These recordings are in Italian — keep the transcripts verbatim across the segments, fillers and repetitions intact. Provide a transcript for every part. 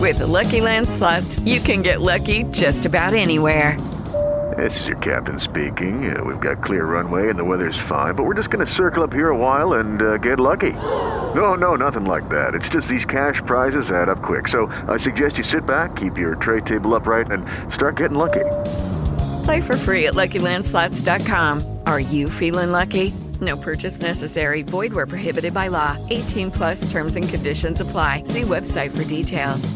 With the Lucky Land Slots, you can get lucky just about anywhere. This is your captain speaking. Uh, we've got clear runway and the weather's fine, but we're just going to circle up here a while and uh, get lucky. No, no, nothing like that. It's just these cash prizes add up quick. So I suggest you sit back, keep your tray table upright, and start getting lucky. Play for free at Lucky Land Slots dot com. Are you feeling lucky? No purchase necessary. Void where prohibited by law. eighteen plus terms and conditions apply. See website for details.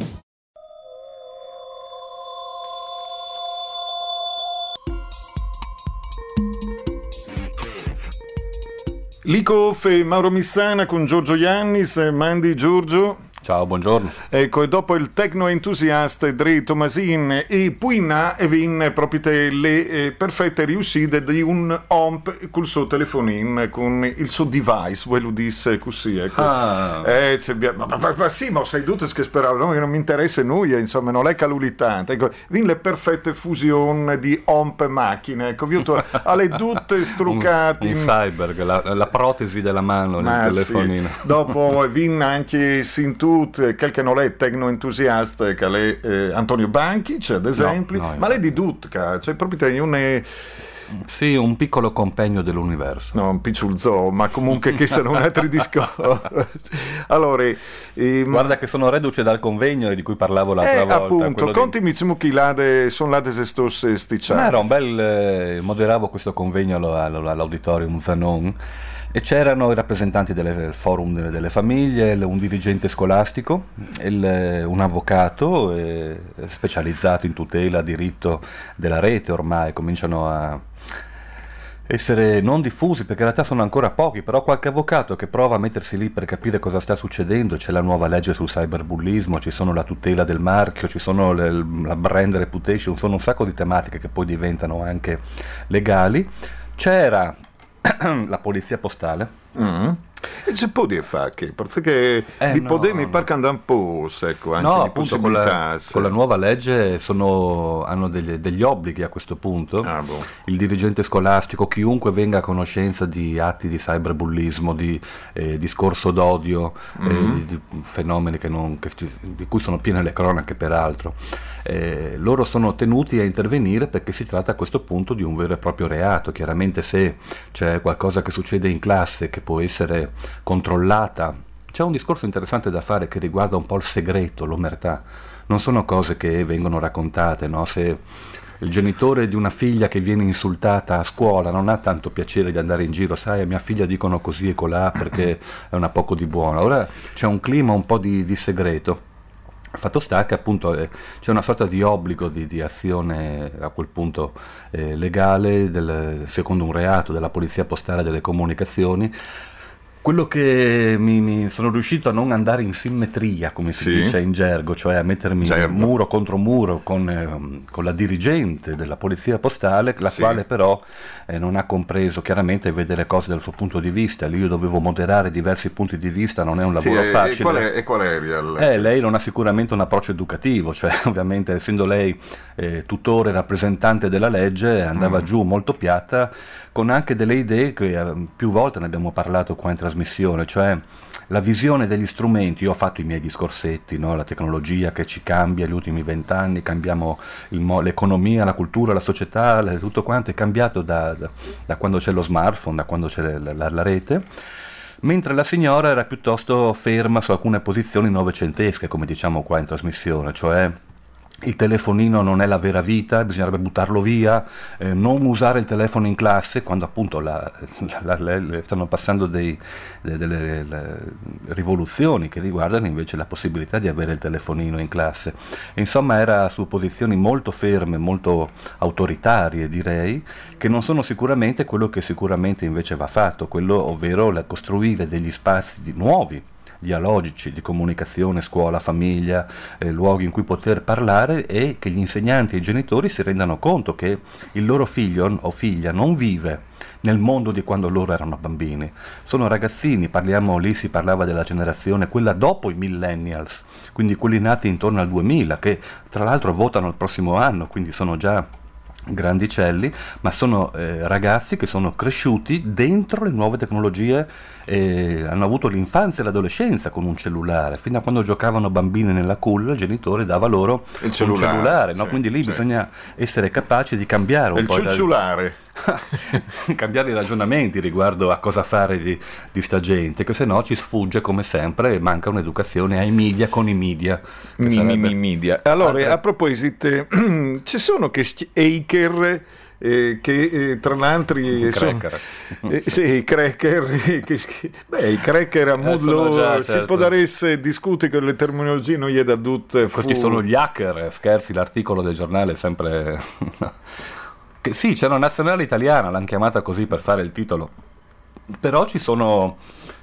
Licoff e Mauro Missana con Giorgio Iannis. Mandi Giorgio. Ciao, buongiorno. Ecco, e dopo il tecno-entusiasta Dre Tomasin e Puina e vin proprio le eh, perfette riuscite di un omp col suo telefonino, con il suo device, voi lo disse così, ecco. Ah. Eh, ma, ma, ma, ma sì, ma sei tutti che speravano, no? Che non mi interessa noi, insomma, non è calulitante. Ecco, vin le perfette fusioni di omp macchine, ecco, vi ho alle tutte struccate. Un, un cyborg, la, la protesi della mano ma del telefonino. Sì. Dopo vin anche Sintù quel che non è tecno-entusiasta che è eh, Antonio Banchi, ad esempio, no, no, ma lei di Dutka, cioè proprio te un è... Sì, un piccolo compegno dell'universo. No, un piccolo zoo, ma comunque che sono un altro discorso. Allora, ehm... guarda che sono reduce dal convegno di cui parlavo l'altra eh, volta. Appunto, contimi di... che lade, sono lade se stosse sticciate. Ma era un bel... Eh, moderavo questo convegno all'auditorium Zanon. E c'erano i rappresentanti del forum delle, delle famiglie, un dirigente scolastico, il, un avvocato eh, specializzato in tutela, diritto della rete, ormai cominciano a essere non diffusi perché in realtà sono ancora pochi, però qualche avvocato che prova a mettersi lì per capire cosa sta succedendo. C'è la nuova legge sul cyberbullismo, ci sono la tutela del marchio, ci sono le, la brand reputation, sono un sacco di tematiche che poi diventano anche legali. C'era la polizia postale. Mm. E c'è può dire fa che perché eh, di no, poter mi no. pare andare un po' ecco, anche no, di appunto con la, se... con la nuova legge sono, hanno degli, degli obblighi a questo punto. Ah, boh. Il dirigente scolastico, chiunque venga a conoscenza di atti di cyberbullismo, di eh, discorso d'odio, mm-hmm. eh, di, di fenomeni che non, che, di cui sono piene le cronache peraltro, eh, loro sono tenuti a intervenire perché si tratta a questo punto di un vero e proprio reato. Chiaramente se c'è qualcosa che succede in classe che può essere controllata, c'è un discorso interessante da fare che riguarda un po' il segreto, l'omertà. Non sono cose che vengono raccontate, no? Se il genitore di una figlia che viene insultata a scuola non ha tanto piacere di andare in giro, sai, a mia figlia dicono così e colà perché è una poco di buona. Ora c'è un clima un po' di, di segreto. Fatto sta che appunto eh, c'è una sorta di obbligo di, di azione a quel punto eh, legale del, secondo un reato della polizia postale delle comunicazioni. Quello che mi, mi sono riuscito a non andare in simmetria, come si sì. dice in gergo, cioè a mettermi certo. muro contro muro con, eh, con la dirigente della polizia postale, la sì. quale però eh, non ha compreso, chiaramente vede le cose dal suo punto di vista. Lì io dovevo moderare diversi punti di vista, non è un lavoro sì, facile. E qual è, e qual è real? Eh, lei non ha sicuramente un approccio educativo, cioè ovviamente essendo lei eh, tutore, rappresentante della legge, andava mm. giù molto piatta, con anche delle idee che eh, più volte ne abbiamo parlato qua in trasmissione, cioè la visione degli strumenti. Io ho fatto i miei discorsetti, no? La tecnologia che ci cambia gli ultimi vent'anni, cambiamo il mo- l'economia, la cultura, la società, le, tutto quanto è cambiato da, da, da quando c'è lo smartphone, da quando c'è la, la, la rete, mentre la signora era piuttosto ferma su alcune posizioni novecentesche, come diciamo qua in trasmissione, cioè il telefonino non è la vera vita, bisognerebbe buttarlo via, eh, non usare il telefono in classe, quando appunto la, la, la, la, stanno passando dei, de, delle le rivoluzioni che riguardano invece la possibilità di avere il telefonino in classe. E insomma era su posizioni molto ferme, molto autoritarie direi, che non sono sicuramente quello che sicuramente invece va fatto, quello ovvero la, costruire degli spazi di, nuovi, dialogici, di comunicazione, scuola, famiglia, eh, luoghi in cui poter parlare, e che gli insegnanti e i genitori si rendano conto che il loro figlio o figlia non vive nel mondo di quando loro erano bambini. Sono ragazzini, parliamo lì, si parlava della generazione, quella dopo i millennials, quindi quelli nati intorno al duemila, che tra l'altro votano il prossimo anno, quindi sono già grandicelli, ma sono eh, ragazzi che sono cresciuti dentro le nuove tecnologie, eh, hanno avuto l'infanzia e l'adolescenza con un cellulare, fino a quando giocavano bambini nella culla il genitore dava loro il cellulare, un cellulare, no? Sì, Quindi lì sì. bisogna essere capaci di cambiare un il po' ciucciulare. cambiare i ragionamenti riguardo a cosa fare di, di sta gente, che se no ci sfugge come sempre e manca un'educazione ai media con i media. Mi, sarebbe... mi, media. Allora, Altre... a proposito, ci sono questi hacker eh, che eh, tra l'altro I sono, cracker. eh, sì, i cracker, che, beh, i cracker a Eh, modo sono già, si certo. può dare discutere con le terminologie, non gli è da tutte. Questi fu- sono gli hacker, scherzi, l'articolo del giornale è sempre... che sì, c'è una nazionale italiana, l'hanno chiamata così per fare il titolo, però ci sono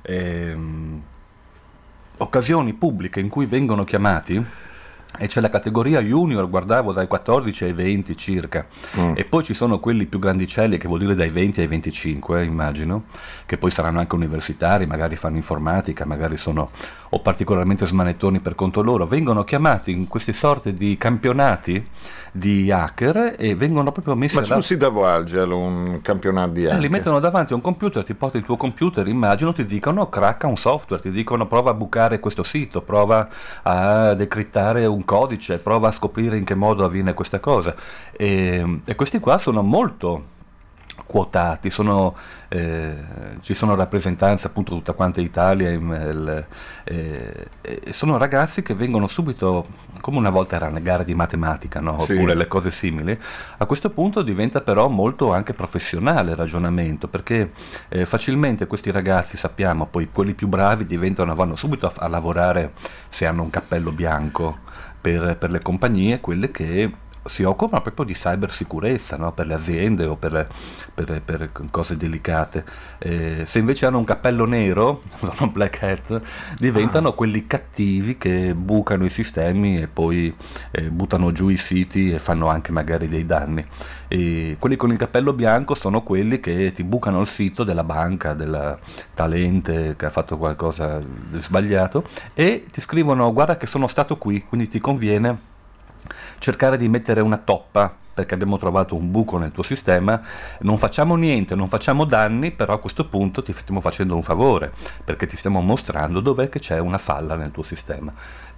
ehm, occasioni pubbliche in cui vengono chiamati, e c'è la categoria junior, guardavo dai quattordici ai venti circa, Mm. e poi ci sono quelli più grandicelli, che vuol dire dai venti ai venticinque, immagino, che poi saranno anche universitari, magari fanno informatica, magari sono o particolarmente smanettoni per conto loro, vengono chiamati in queste sorte di campionati di hacker e vengono proprio messi Ma alla- non si dà volgere un campionato di eh, hacker? li mettono davanti a un computer, ti porti il tuo computer, immagino, ti dicono cracca un software, ti dicono prova a bucare questo sito, prova a decrittare un codice, prova a scoprire in che modo avviene questa cosa. E, e questi qua sono molto quotati, sono, eh, ci sono rappresentanze appunto tutta quanta Italia, in, il, eh, e sono ragazzi che vengono subito, come una volta erano le gare di matematica, no? Sì. Oppure le cose simili, a questo punto diventa però molto anche professionale il ragionamento, perché eh, facilmente questi ragazzi, sappiamo, poi quelli più bravi diventano, vanno subito a, a lavorare, se hanno un cappello bianco, per, per le compagnie, quelle che si occupano proprio di cybersicurezza, no? Per le aziende o per, per, per cose delicate. Eh, se invece hanno un cappello nero, sono black hat, diventano ah. quelli cattivi che bucano i sistemi e poi eh, buttano giù i siti e fanno anche magari dei danni. E quelli con il cappello bianco sono quelli che ti bucano il sito della banca, della Talente che ha fatto qualcosa di sbagliato e ti scrivono guarda che sono stato qui, quindi ti conviene cercare di mettere una toppa perché abbiamo trovato un buco nel tuo sistema, non facciamo niente, non facciamo danni, però a questo punto ti stiamo facendo un favore perché ti stiamo mostrando dov'è che c'è una falla nel tuo sistema.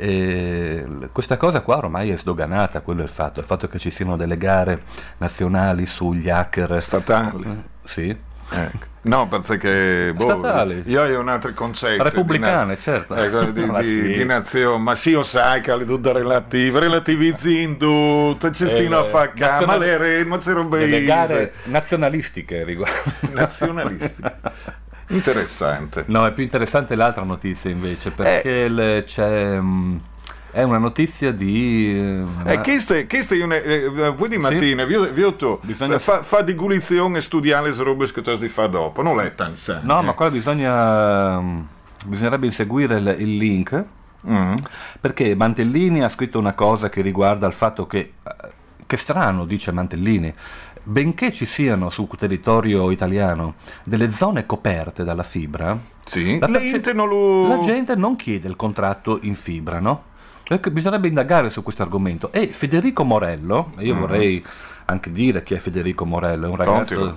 E questa cosa qua ormai è sdoganata, quello è il fatto, il fatto che ci siano delle gare nazionali sugli hacker statali. Sì. Ecco. No, perché boh, statali, io ho un altro concetto repubblicane, di, certo, ecco, di, ma di, sì. di nazione, ma sì, lo sai che è tutto relativo, relativizzando, te ci stiamo a fare nazional- ma le re, ma c'è roba delle gare nazionalistiche riguardo nazionalistiche. Interessante. No, è più interessante l'altra notizia invece, perché eh. le, c'è mh, è una notizia di E eh, questa è una eh, poi di mattina sì? vi, vi tu bisogna... fa, fa di gulizione e studiare le robe che tu si fa dopo, non è tanto sano. No, eh. ma qua bisogna bisognerebbe inseguire il, il link mm. perché Mantellini ha scritto una cosa che riguarda il fatto che che strano, dice Mantellini, benché ci siano sul territorio italiano delle zone coperte dalla fibra, sì, la, la, perce- non lo... la gente non chiede il contratto in fibra, no? Perché bisognerebbe indagare su questo argomento. E Federico Morello, io mm. vorrei anche dire chi è Federico Morello, è un ragazzo Continua.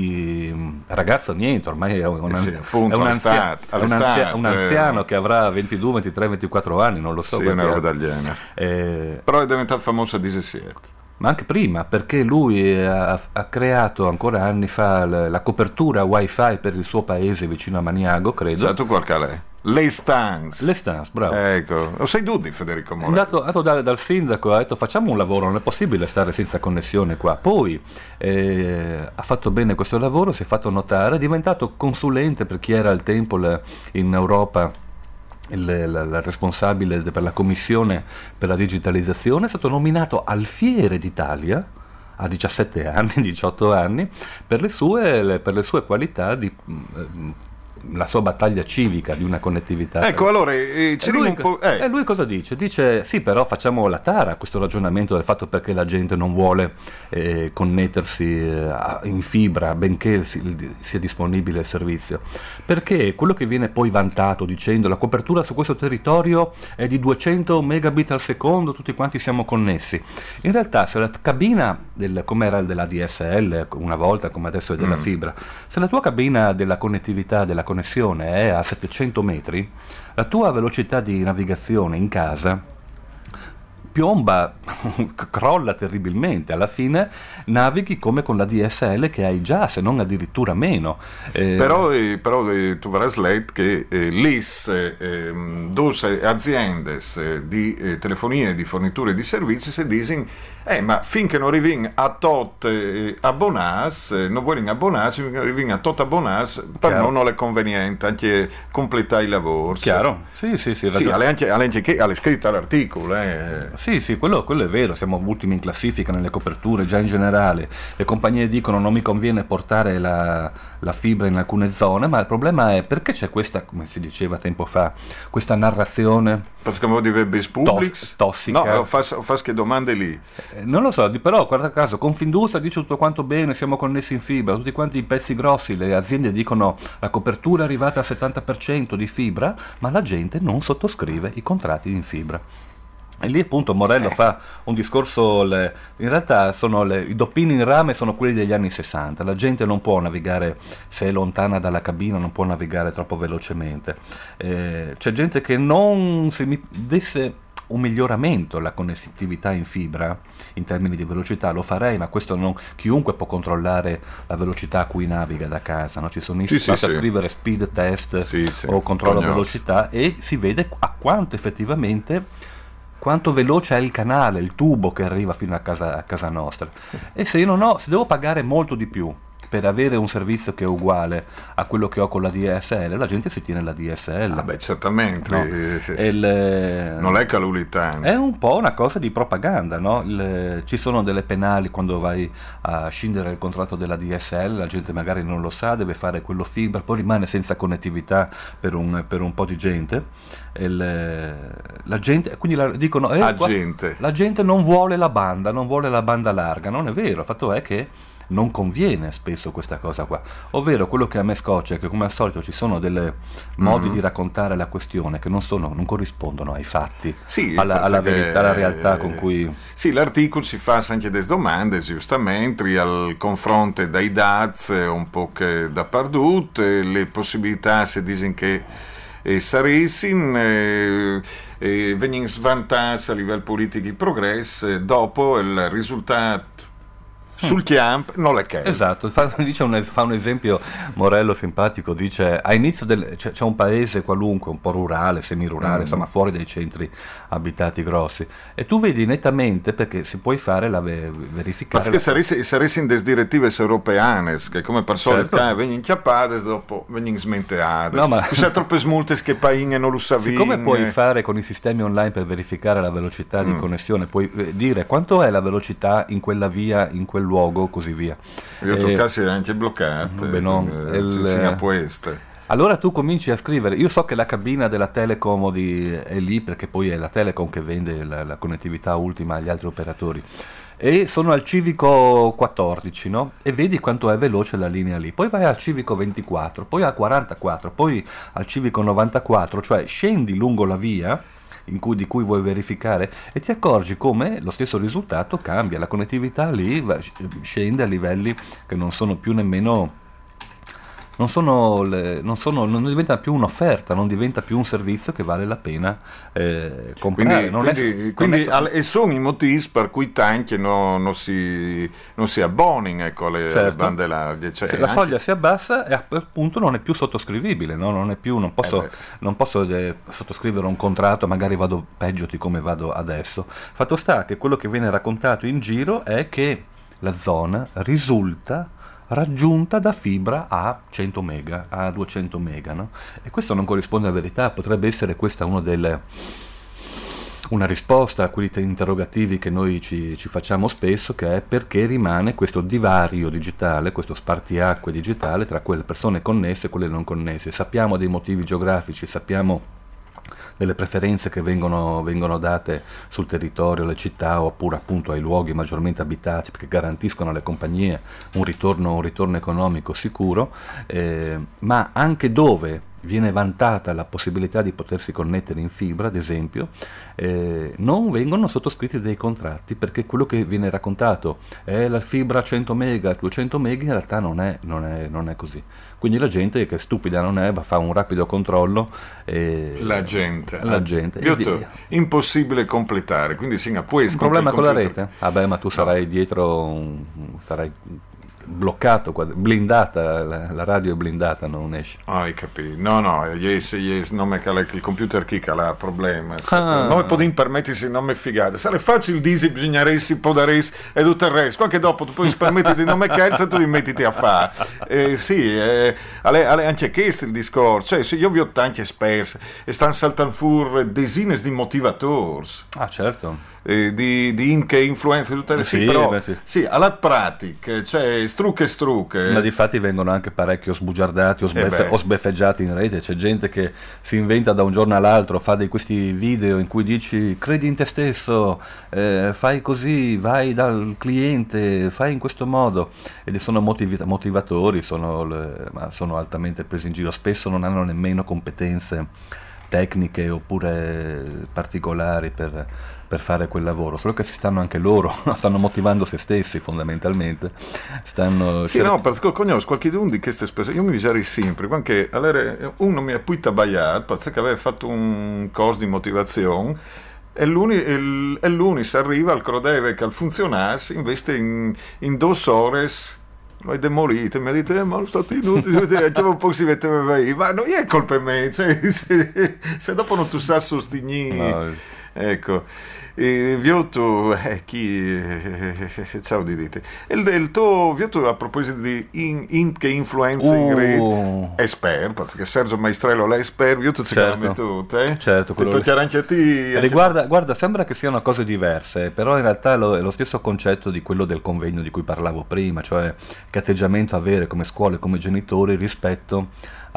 di ragazzo niente, ormai è un, eh sì, appunto, è un, anzia- è un, anzia- un anziano eh. che avrà ventidue, ventitré, ventiquattro anni, non lo so. Sì, una roba del genere. Eh, Però è diventato famoso a diciassette. Ma anche prima, perché lui ha, ha creato ancora anni fa la, la copertura wifi per il suo paese vicino a Maniago, credo. Esatto, qual è? Le Stans. Le Stans, bravo. Ecco, lo sai tu di Federico Morello? È andato, andato dal, dal sindaco, ha detto facciamo un lavoro, non è possibile stare senza connessione qua. Poi eh, ha fatto bene questo lavoro, si è fatto notare, è diventato consulente per chi era al tempo le, in Europa il, la, la responsabile per la commissione per la digitalizzazione, è stato nominato Alfiere d'Italia a diciassette anni, diciotto anni, per le sue, per le sue qualità di... Eh, la sua battaglia civica di una connettività. Ecco, allora eh, e, lui, un po', eh. e lui cosa dice? Dice sì, però facciamo la tara a questo ragionamento del fatto perché la gente non vuole eh, connettersi eh, in fibra benché si, sia disponibile il servizio, perché quello che viene poi vantato dicendo la copertura su questo territorio è di duecento megabit al secondo, tutti quanti siamo connessi. In realtà se la cabina del, come era della D S L una volta, come adesso è della mm. fibra, se la tua cabina della connettività della connessione è a settecento metri, la tua velocità di navigazione in casa piomba, crolla terribilmente, alla fine navighi come con la D S L che hai già, se non addirittura meno. Eh, però eh, però eh, tu verrai letto che eh, l'I S, eh, due aziende di eh, telefonia e di forniture di servizi si dicono eh, ma finché non arrivi a tot eh, abbonati, eh, non vuoi abbonarsi, finché non arrivi a tot abbonati, per noi non è conveniente anche completare i lavori. Chiaro? Sì, sì, sì. Sì, alle anche, alle anche che alle scritte all'articolo. Eh. Sì, sì, quello, quello è vero, siamo ultimi in classifica nelle coperture, già in generale. Le compagnie dicono non mi conviene portare la, la fibra in alcune zone, ma il problema è perché c'è questa, come si diceva tempo fa, questa narrazione perché come di bis publics tossica. No, fa, fa che domande lì. Eh, non lo so, però guarda caso, Confindustria dice tutto quanto bene, siamo connessi in fibra, tutti quanti i pezzi grossi, le aziende dicono la copertura è arrivata al settanta per cento di fibra, ma la gente non sottoscrive i contratti in fibra. E lì appunto Morello eh. fa un discorso, le, in realtà sono le, i doppini in rame sono quelli degli anni sessanta, la gente non può navigare, se è lontana dalla cabina non può navigare troppo velocemente, eh, c'è gente che non, se mi desse un miglioramento la connettività in fibra in termini di velocità lo farei, ma questo non, chiunque può controllare la velocità a cui naviga da casa, no? Ci sono i sì, sì, sì. a scrivere speed test sì, sì. o controllo Cognos. velocità e si vede a quanto effettivamente quanto veloce è il canale, il tubo che arriva fino a casa, a casa nostra. E se io non ho, se devo pagare molto di più per avere un servizio che è uguale a quello che ho con la D S L, la gente si tiene la D S L. Ah beh, certamente. No? Il, non è calulitante. È un po' una cosa di propaganda, no? Il, ci sono delle penali quando vai a scindere il contratto della D S L, la gente magari non lo sa, deve fare quello fibra, poi rimane senza connettività per un, per un po' di gente. Il, la gente, quindi la, dicono eh, qua, gente. la gente non vuole la banda, non vuole la banda larga. Non è vero, il fatto è che non conviene spesso questa cosa qua, ovvero quello che a me scoccia è che come al solito ci sono dei modi mm. di raccontare la questione che non, sono, non corrispondono ai fatti, sì, alla, alla verità, alla realtà con cui... Sì, l'articolo si fa anche delle domande, giustamente, al confronto dai dati un po' che da perdute, le possibilità si dicono che eh, sarebbero... Eh, eh, vengono svantaggi a livello politico i progressi dopo il risultato sul camp non le che esatto, fa, dice un, fa un esempio Morello simpatico, dice a inizio del, c'è, c'è un paese qualunque un po' rurale, semirurale, mm. insomma fuori dai centri abitati grossi e tu vedi nettamente perché si puoi fare la ve, verificare perché saresti, saresti in des direttive europeane che come per solito certo. vengono inchiappate dopo vengono smenteate no, ma ci sono troppe smulte che paine non lo sapevi come puoi fare con i sistemi online per verificare la velocità mm. di connessione puoi eh, dire quanto è la velocità in quella via in quel luogo così via io eh, toccarsi anche bloccato beh, no, eh, il, allora tu cominci a scrivere io so che la cabina della Telecom di, è lì perché poi è la Telecom che vende la, la connettività ultima agli altri operatori e sono al civico quattordici no? E vedi quanto è veloce la linea lì poi vai al civico ventiquattro poi al quarantaquattro poi al civico novantaquattro cioè scendi lungo la via in cui, di cui vuoi verificare e ti accorgi come lo stesso risultato cambia, la connettività lì va, scende a livelli che non sono più nemmeno non sono, le, non sono non diventa più un'offerta, non diventa più un servizio che vale la pena eh, comprare. Quindi, non quindi, è, quindi non è, e sono i motivi per cui tanti non, non si non si abbonino ecco, alle, certo. alle bande larghe. Cioè, se la anche... soglia si abbassa e appunto non è più sottoscrivibile, no? non è più, non posso, eh non posso eh, sottoscrivere un contratto, magari vado peggio di come vado adesso. Fatto sta che quello che viene raccontato in giro è che la zona risulta raggiunta da fibra a cento mega, a duecento mega, no? E questo non corrisponde alla verità, potrebbe essere questa una delle una risposta a quegli interrogativi che noi ci, ci facciamo spesso, che è perché rimane questo divario digitale, questo spartiacque digitale tra quelle persone connesse e quelle non connesse. Sappiamo dei motivi geografici, sappiamo delle preferenze che vengono, vengono date sul territorio, alle città oppure appunto ai luoghi maggiormente abitati, perché garantiscono alle compagnie un ritorno, un ritorno economico sicuro, eh, ma anche dove viene vantata la possibilità di potersi connettere in fibra, ad esempio, eh, non vengono sottoscritti dei contratti, perché quello che viene raccontato è la fibra a cento mega, duecento mega, in realtà non è, non è, non è così. Quindi la gente, che stupida non è, fa un rapido controllo. E la gente. La gente. Biotto, impossibile completare, quindi sì, puoi un problema con la rete? Ah beh, ma tu sarai no. dietro, sarai bloccato, blindata, la, la radio è blindata, non esce. Ah, hai capito. No, no, yes, yes, non me cala, il computer chi cala problema. Ah. Noi possiamo permettersi non me figate. Sarebbe facile dire bisognerebbe podare e tutto il resto. Qualche dopo tu puoi permetterti non me calza, tu ti mettiti a fare. Eh, sì, eh, alle, alle, anche questo il discorso. Cioè, se io vi ho tanti esperti e stanno saltando fuori decine di motivatori. Ah, certo. Eh, di, di in, che influenza tutte le sì, sì, però beh, sì. sì, alla pratica, cioè strucche strucche. Ma difatti vengono anche parecchio sbugiardati o, sbeffe, eh o sbeffeggiati in rete. C'è gente che si inventa da un giorno all'altro, fa di questi video in cui dici credi in te stesso, eh, fai così, vai dal cliente, fai in questo modo, ed sono motiv- motivatori, sono, le, ma sono altamente presi in giro, spesso non hanno nemmeno competenze tecniche oppure particolari per, per fare quel lavoro, solo che si stanno anche loro, stanno motivando se stessi fondamentalmente. Stanno sì, cerc- no, perché conosco qualche uno di queste espressioni, io mi viserei sempre, anche allora uno mi ha poi tabagliato, perché aveva fatto un corso di motivazione, e l'uni, il, e l'uni si arriva al crodeve che al funzionasse, investe in, in due ore è demolito, mi ha detto, eh, ma lo stato inutile, già un po' si metteva via, ma non è colpa mia, cioè, se, se dopo non tu sa sostenere, no. Ecco, e Viotto, eh, chi, eh, ciao di dite, il, il tuo Viotto a proposito di in, in, che influenza uh. esperto, perché Sergio Maestrello è esperto, Viotto ci certo. chiama tutto, eh? Certo, quello ti anche a te, riguarda, guarda, sembra che siano cose diverse, però in realtà è lo, è lo stesso concetto di quello del convegno di cui parlavo prima, cioè che atteggiamento avere come scuole, come genitori rispetto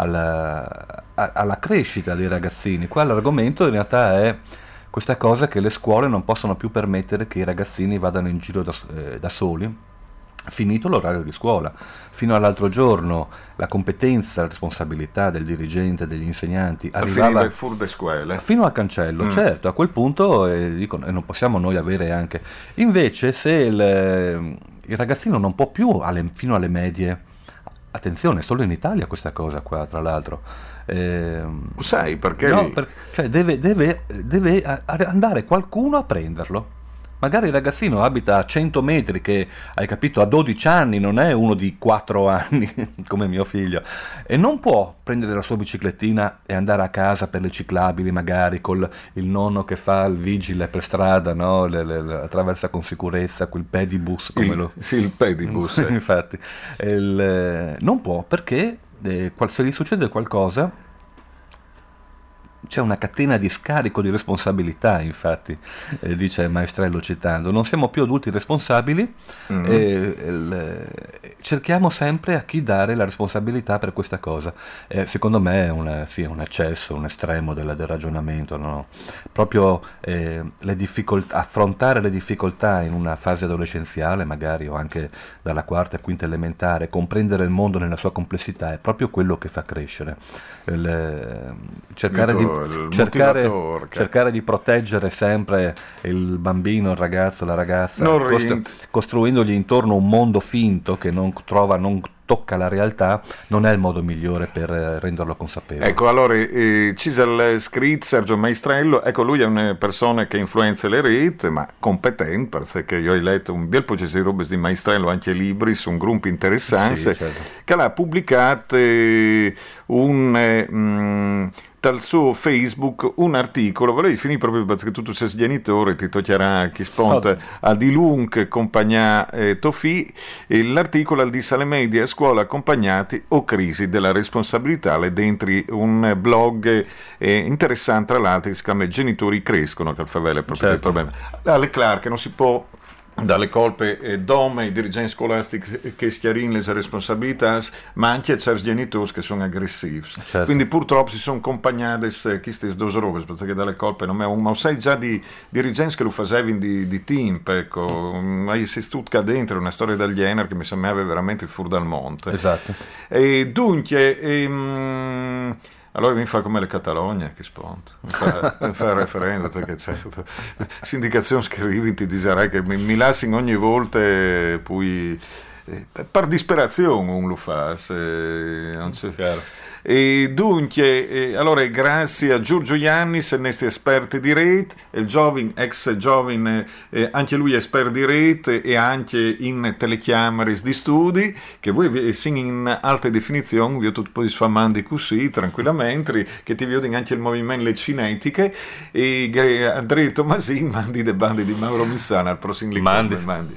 alla, a, alla crescita dei ragazzini. Qua l'argomento in realtà è questa cosa che le scuole non possono più permettere che i ragazzini vadano in giro da, eh, da soli, finito l'orario di scuola. Fino all'altro giorno la competenza, la responsabilità del dirigente, degli insegnanti arrivava fur de scuole. fino al cancello, mm. certo, a quel punto eh, dicono, e non possiamo noi avere anche. Invece se il, il ragazzino non può più alle, fino alle medie, attenzione, solo in Italia questa cosa qua, tra l'altro, Eh, sai perché? No, per, cioè deve, deve, deve andare qualcuno a prenderlo. Magari il ragazzino abita a cento metri, che hai capito, a dodici anni, non è uno di quattro anni come mio figlio, e non può prendere la sua biciclettina e andare a casa per le ciclabili, magari col il nonno che fa il vigile per strada, no? le, le, le, attraversa con sicurezza quel pedibus, come il, lo... sì, il pedibus infatti il, non può, perché Eh, se gli succede qualcosa c'è una catena di scarico di responsabilità, infatti, eh, dice Maestrello citando, non siamo più adulti responsabili, mm-hmm. eh, il, cerchiamo sempre a chi dare la responsabilità per questa cosa. Eh, secondo me è una, sì, un eccesso, un estremo del, del ragionamento, no? Proprio eh, le difficoltà, affrontare le difficoltà in una fase adolescenziale magari, o anche dalla quarta e quinta elementare, comprendere il mondo nella sua complessità è proprio quello che fa crescere. Il, cercare di Cercare, cercare di proteggere sempre il bambino, il ragazzo, la ragazza, costru- costruendogli intorno un mondo finto che non trova, non tocca la realtà, non è il modo migliore per eh, renderlo consapevole. Ecco, allora, eh, Cisel Scrit, Sergio Maestrello, ecco, lui è una persona che influenza le reti, ma competente, perché io ho letto un bel po' di robe di Maestrello, anche libri su un gruppo interessante, sì, certo. che l'ha pubblicato eh, un... Eh, mh, dal suo Facebook un articolo, volevi finire proprio perché tu, tu sei genitore, ti toccherà chi sponta a di lung compagnia eh, Tofi, e l'articolo al di sale media scuola accompagnati o crisi della responsabilità le dentro un blog eh, interessante tra l'altro che si chiama Genitori crescono, che al favela è proprio certo. il problema. Alle Clark non si può dalle colpe eh, dome i dirigenti scolastici che schiarin le responsabilità, ma anche a certi genitori che sono aggressivi. Certo. Quindi purtroppo si sono accompagnate eh, queste due robe, perché dalle colpe non è un, ma sai già di dirigenti che lo facevano di, di team, ecco, mm. ma si stucca dentro una storia del genere che mi sembrava veramente il fur dal monte. Esatto. E dunque ehm, allora mi fa come le Catalogna che sponta, mi fa, mi fa il referendum, perché c'è sindicazione scrivi, ti dirai che mi, mi lasci ogni volta, poi eh, per disperazione uno lo fa, se non c'è chiaro. E dunque, eh, allora grazie a Giorgio Iannis, il nostro esperto di rete, il giovane, ex giovane, eh, anche lui esperto di rete e anche in telecamere di studi, che voi sì in alte definizioni, vi ho tutto sfamando così, tranquillamente, che ti vedo anche il movimento Le Cinetiche, e Andrea Tomasin mandi le bande di Mauro Missana al prossimo link. Mandi. mandi.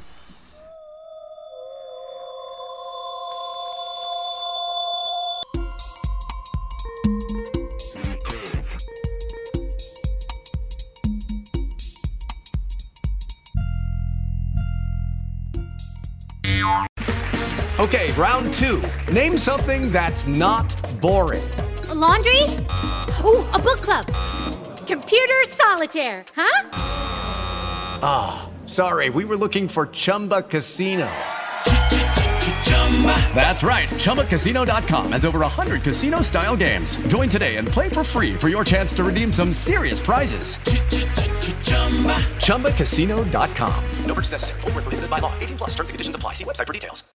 Okay, round two. Name something that's not boring. A laundry? Ooh, a book club. Computer solitaire, huh? Ah, oh, sorry, we were looking for Chumba Casino. That's right, Chumba Casino dot com has over one hundred casino-style games. Join today and play for free for your chance to redeem some serious prizes. Chumba Casino dot com. No purchase necessary. Void where prohibited by law. eighteen plus terms and conditions apply. See website for details.